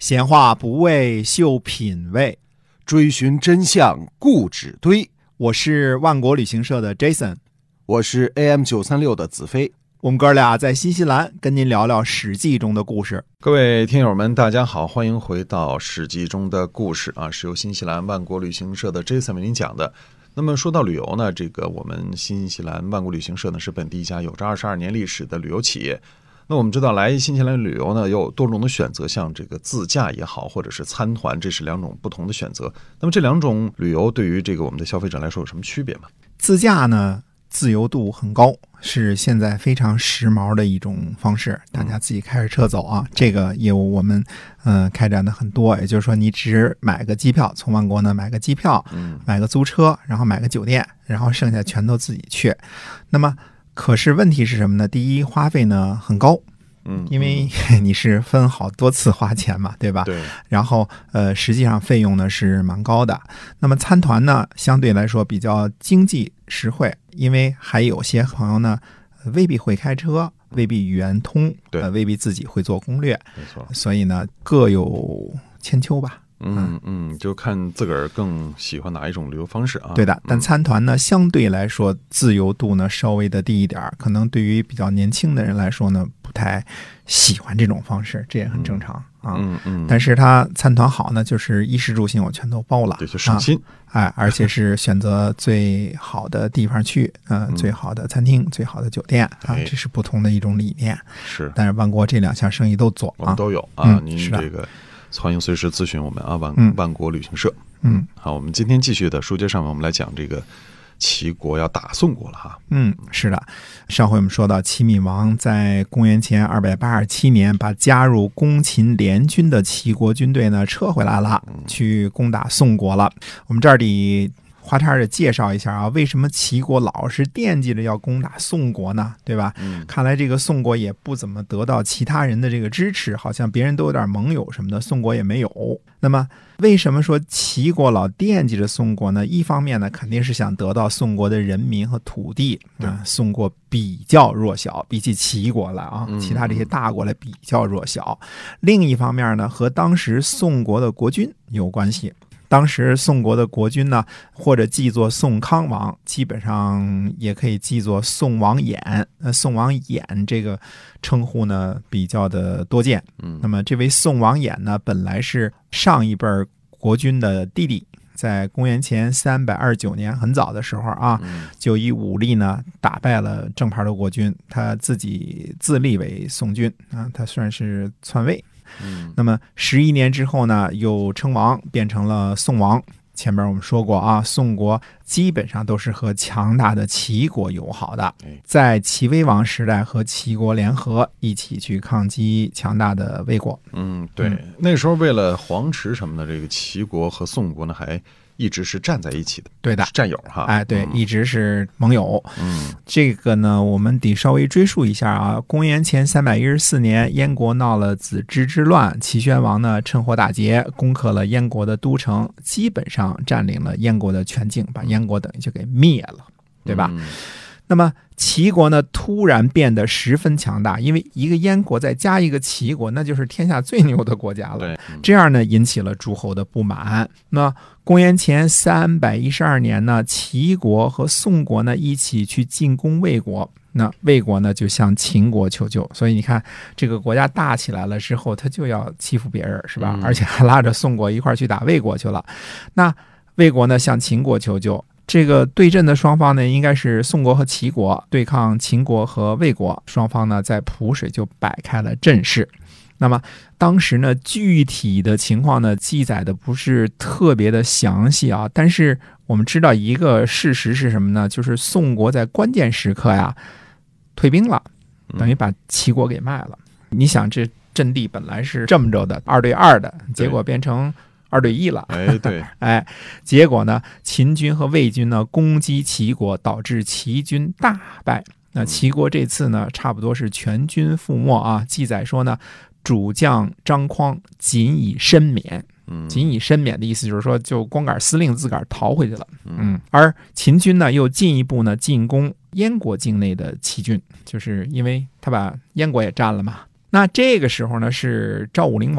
闲话不为秀品味， 追寻真相固执堆。 我是万国旅行社的 Jason， 我是 AM936 的子飞。 我们哥俩在新西兰跟您聊聊史记中的故事。 各位听友们大家好，欢迎回到史记中的故事啊，是由新西兰万国旅行社的 Jason 为您讲的。那么说到旅游呢，我们新西兰万国旅行社呢是本地一家有着22年历史的旅游企业。那我们知道来新西兰旅游呢有多种的选择，像这个自驾也好，或者是参团，这是两种不同的选择。那么这两种旅游对于我们的消费者来说有什么区别吗？ 自驾呢自由度很高，是现在非常时髦的一种方式，大家自己开着车走啊，这个业务我们开展的很多。也就是说你只买个机票，从万国呢买个机票，买个租车，然后买个酒店，然后剩下全都自己去。那么可是问题是什么呢？第一，花费呢很高，因为你是分好多次花钱嘛，对吧？ 对。 然后实际上费用呢是蛮高的。那么参团呢相对来说比较经济实惠，因为还有些朋友呢未必会开车，未必语言通，未必自己会做攻略， 没错。 所以呢各有千秋吧。 就看自个儿更喜欢哪一种旅游方式啊。 对的，但参团呢相对来说自由度呢稍微的低一点，可能对于比较年轻的人来说呢不太喜欢这种方式，这也很正常啊。但是他参团好呢，就是衣食住行我全都包了， 对，就省心。 而且是选择最好的地方去，最好的餐厅，最好的酒店啊，这是不同的一种理念。 是， 但是万国这两项生意都做啊， 我们都有啊。您是的。 欢迎随时咨询我们啊，万国旅行社。好，我们今天继续的书接上面，我们来讲这个齐国要打宋国了哈。 是的，上回我们说到齐闵王在公元前287年把加入攻秦联军的齐国军队呢撤回来了，去攻打宋国了。我们这里花叉的介绍一下啊，为什么齐国老是惦记着要攻打宋国呢？对吧？看来这个宋国也不怎么得到其他人的这个支持，好像别人都有点盟友什么的，宋国也没有。那么为什么说齐国老惦记着宋国呢？一方面呢，肯定是想得到宋国的人民和土地啊。宋国比较弱小，比起齐国来啊，其他这些大国来比较弱小。另一方面呢，和当时宋国的国君有关系。当时宋国的国君呢，或者记作宋康王，基本上也可以记作宋王衍。宋王衍这个称呼呢比较的多见。那么这位宋王衍呢，本来是上一辈国君的弟弟，在公元前329年很早的时候啊，就以武力呢打败了正牌的国君，他自己自立为宋君啊，他算是篡位。那么11年之后呢，又称王，变成了宋王。前面我们说过啊，宋国基本上都是和强大的齐国友好的，在齐威王时代和齐国联合，一起去抗击强大的魏国。 对，那时候为了黄池什么的，这个齐国和宋国呢还一直是站在一起的， 对的， 是战友哈。 对，一直是盟友。这个呢，我们得稍微追溯一下啊。公元前314年，燕国闹了子之之乱，齐宣王呢趁火打劫，攻克了燕国的都城，基本上占领了燕国的全境，把燕国等于就给灭了，对吧？那么齐国呢突然变得十分强大，因为一个燕国再加一个齐国，那就是天下最牛的国家了。这样呢引起了诸侯的不满。那公元前312年呢，齐国和宋国呢一起去进攻魏国，那魏国呢就向秦国求救。所以你看这个国家大起来了之后，他就要欺负别人，是吧？而且还拉着宋国一块去打魏国去了。那魏国呢向秦国求救，这个对阵的双方呢，应该是宋国和齐国对抗秦国和魏国，双方呢在濮水就摆开了阵势。那么当时呢，具体的情况呢记载的不是特别的详细啊，但是我们知道一个事实是什么呢？就是宋国在关键时刻呀退兵了，等于把齐国给卖了。你想这阵地本来是这么着的，2对2的，结果变成2对1了。结果呢，秦军和魏军呢攻击齐国，导致齐军大败。那齐国这次呢，差不多是全军覆没啊。记载说呢，主将张匡仅以身免。仅以身免的意思就是说，就光杆司令自个儿逃回去了。而秦军呢，又进一步呢进攻燕国境内的齐军，就是因为他把燕国也占了嘛。那这个时候呢，是赵武灵王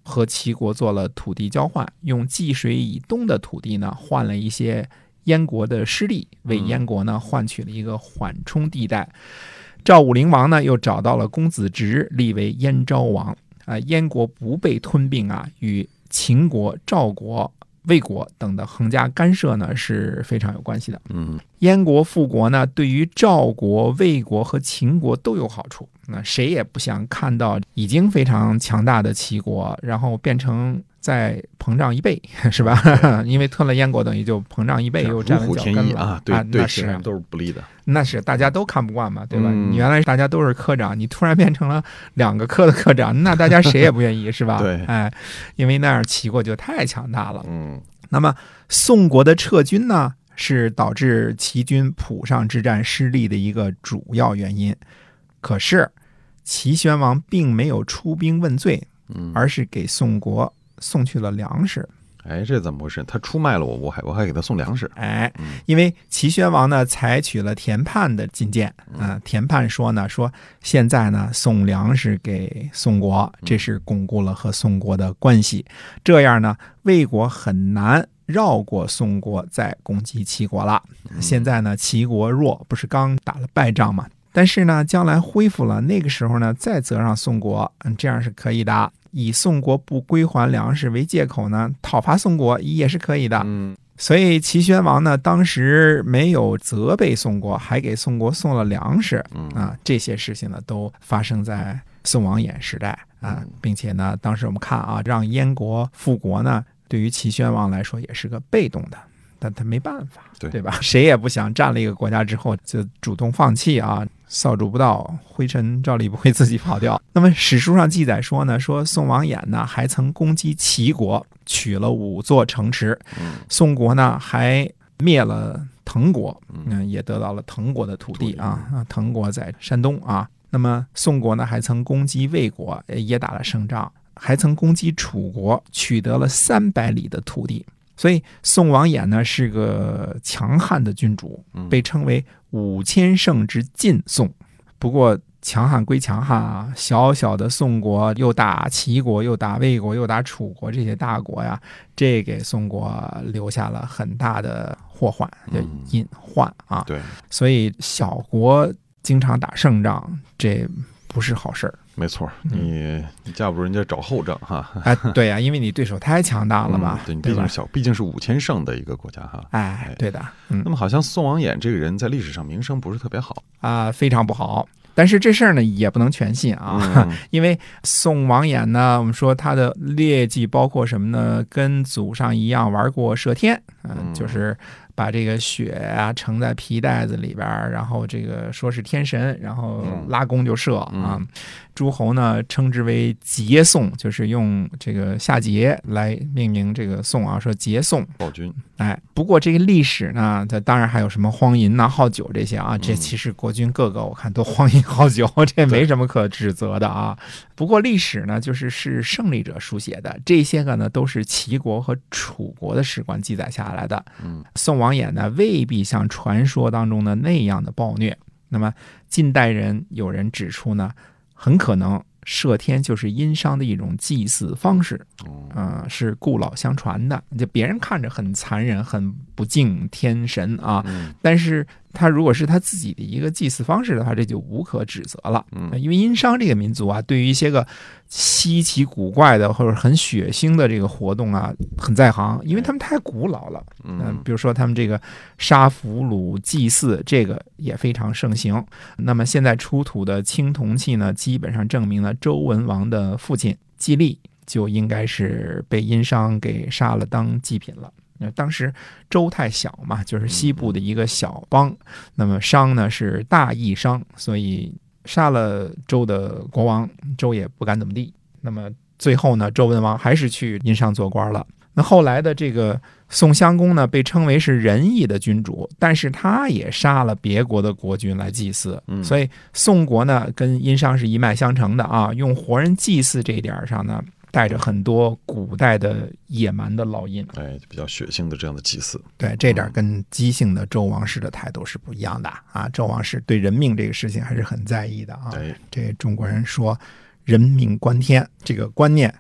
和齐国做了土地交换，用济水以东的土地呢换了一些燕国的失地，为燕国呢换取了一个缓冲地带。赵武灵王呢又找到了公子直，立为燕昭王。燕国不被吞并啊，与秦国、赵国、魏国等的横加干涉呢是非常有关系的。燕国复国呢，对于赵国、魏国和秦国都有好处。那谁也不想看到已经非常强大的齐国，然后变成再膨胀1倍，是吧？因为吞了燕国，等于就膨胀1倍，又站稳脚跟了啊！对， 那是都是不利的。 那是大家都看不惯嘛，对吧？你原来大家都是科长，你突然变成了2个科的科长，那大家谁也不愿意，是吧？ 对， 因为那样齐国就太强大了。那么宋国的撤军呢，是导致齐军濮上之战失利的一个主要原因。可是齐宣王并没有出兵问罪，而是给宋国送去了粮食。 这怎么回事？他出卖了我还给他送粮食。 因为齐宣王呢采取了田盼的进谏。田盼说现在呢送粮食给宋国，这是巩固了和宋国的关系。这样呢，魏国很难绕过宋国再攻击齐国了。现在呢，齐国弱，不是刚打了败仗吗？但是呢，将来恢复了，那个时候呢，再责让宋国，这样是可以的。以宋国不归还粮食为借口呢，讨伐宋国也是可以的。所以齐宣王呢，当时没有责备宋国，还给宋国送了粮食。这些事情呢，都发生在宋王衍时代啊，并且呢，当时我们看啊，让燕国复国呢，对于齐宣王来说也是个被动的。但他没办法，对吧？谁也不想占了一个国家之后就主动放弃啊！扫帚不到，灰尘照例不会自己跑掉。那么史书上记载说宋王衍呢还曾攻击齐国，取了5座城池。宋国呢还灭了滕国，也得到了滕国的土地啊。滕国在山东啊。那么宋国呢还曾攻击魏国，也打了胜仗，还曾攻击楚国，取得了300里的土地。所以宋王衍呢是个强悍的君主，被称为5000胜之劲宋。不过强悍归强悍啊，小小的宋国又打齐国，又打魏国，又打楚国，这些大国呀，这给宋国留下了很大的祸患，叫隐患啊。 对， 所以小国经常打胜仗，这不是好事儿。 没错，你架不住人家找后症哈。 对呀，因为你对手太强大了嘛。 对，你毕竟是5000胜的一个国家哈。 对的。 那么好像宋王衍这个人在历史上名声不是特别好啊，非常不好。但是这事儿呢也不能全信啊，因为宋王衍呢，我们说他的劣迹包括什么呢？跟祖上一样玩过射天，就是把这个血啊盛在皮袋子里边，然后这个说是天神，然后拉弓就射啊。诸侯呢称之为桀宋，就是用这个夏桀来命名这个宋啊，说桀宋暴君。 不过这个历史呢，它当然还有什么荒淫呐、好酒这些啊，这其实国君各个我看都荒淫好酒，这没什么可指责的啊。不过历史呢，是胜利者书写的，这些个呢都是齐国和楚国的史官记载下来的。宋王衍呢未必像传说当中的那样的暴虐。那么近代人有人指出呢，很可能射天就是殷商的一种祭祀方式，是故老相传的。就别人看着很残忍、很不敬天神啊，但是他如果是他自己的一个祭祀方式的话，这就无可指责了。因为殷商这个民族啊，对于一些个稀奇古怪的或者很血腥的这个活动啊，很在行，因为他们太古老了。比如说他们这个杀俘虏祭祀，这个也非常盛行。那么现在出土的青铜器呢，基本上证明了周文王的父亲季历就应该是被殷商给杀了当祭品了。当时周太小嘛，就是西部的一个小邦，那么商呢是大邑商，所以杀了周的国王，周也不敢怎么地。那么最后呢，周文王还是去殷商做官了。那后来的这个宋襄公呢，被称为是仁义的君主，但是他也杀了别国的国君来祭祀。所以宋国呢跟殷商是一脉相承的啊，用活人祭祀这一点上呢，带着很多古代的野蛮的烙印， 比较血腥的这样的祭祀。 对，这点跟姬姓的周王室的态度是不一样的啊。周王室对人命这个事情还是很在意的啊。这中国人说人命关天，这个观念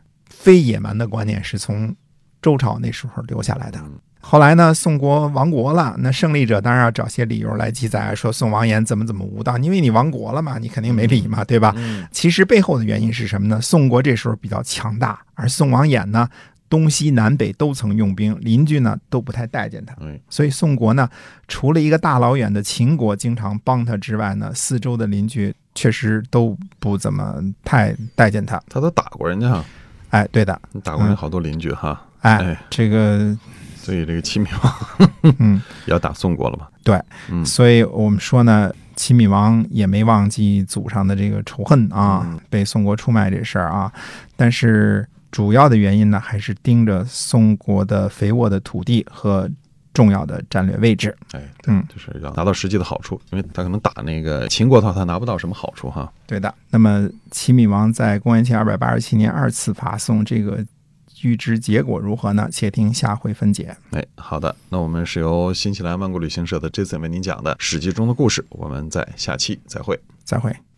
非野蛮的观念是从周朝那时候留下来的。后来呢，宋国亡国了，那胜利者当然要找些理由来记载，说宋王衍怎么无当，因为你亡国了嘛，你肯定没理嘛，对吧？其实背后的原因是什么呢？宋国这时候比较强大，而宋王衍呢，东西南北都曾用兵，邻居呢都不太待见他，所以宋国呢，除了一个大老远的秦国经常帮他之外呢，四周的邻居确实都不怎么太待见他。 他都打过人家， 哎，对的， 打过人好多邻居哈， 这个。 所以这个齐闵王也要打宋国了吧？ 对，所以我们说呢，齐闵王也没忘记祖上的这个仇恨啊，被宋国出卖这事儿啊。但是主要的原因呢，还是盯着宋国的肥沃的土地和重要的战略位置。 就是要拿到实际的好处，因为他可能打那个秦国的话，他拿不到什么好处哈。 对的。那么齐闵王在公元前287年2次伐宋，这个预知结果如何呢？且听下回分解。 好的，那我们是由新西兰万国旅行社的 Jason 为您讲的《史记》中的故事，我们在下期再会。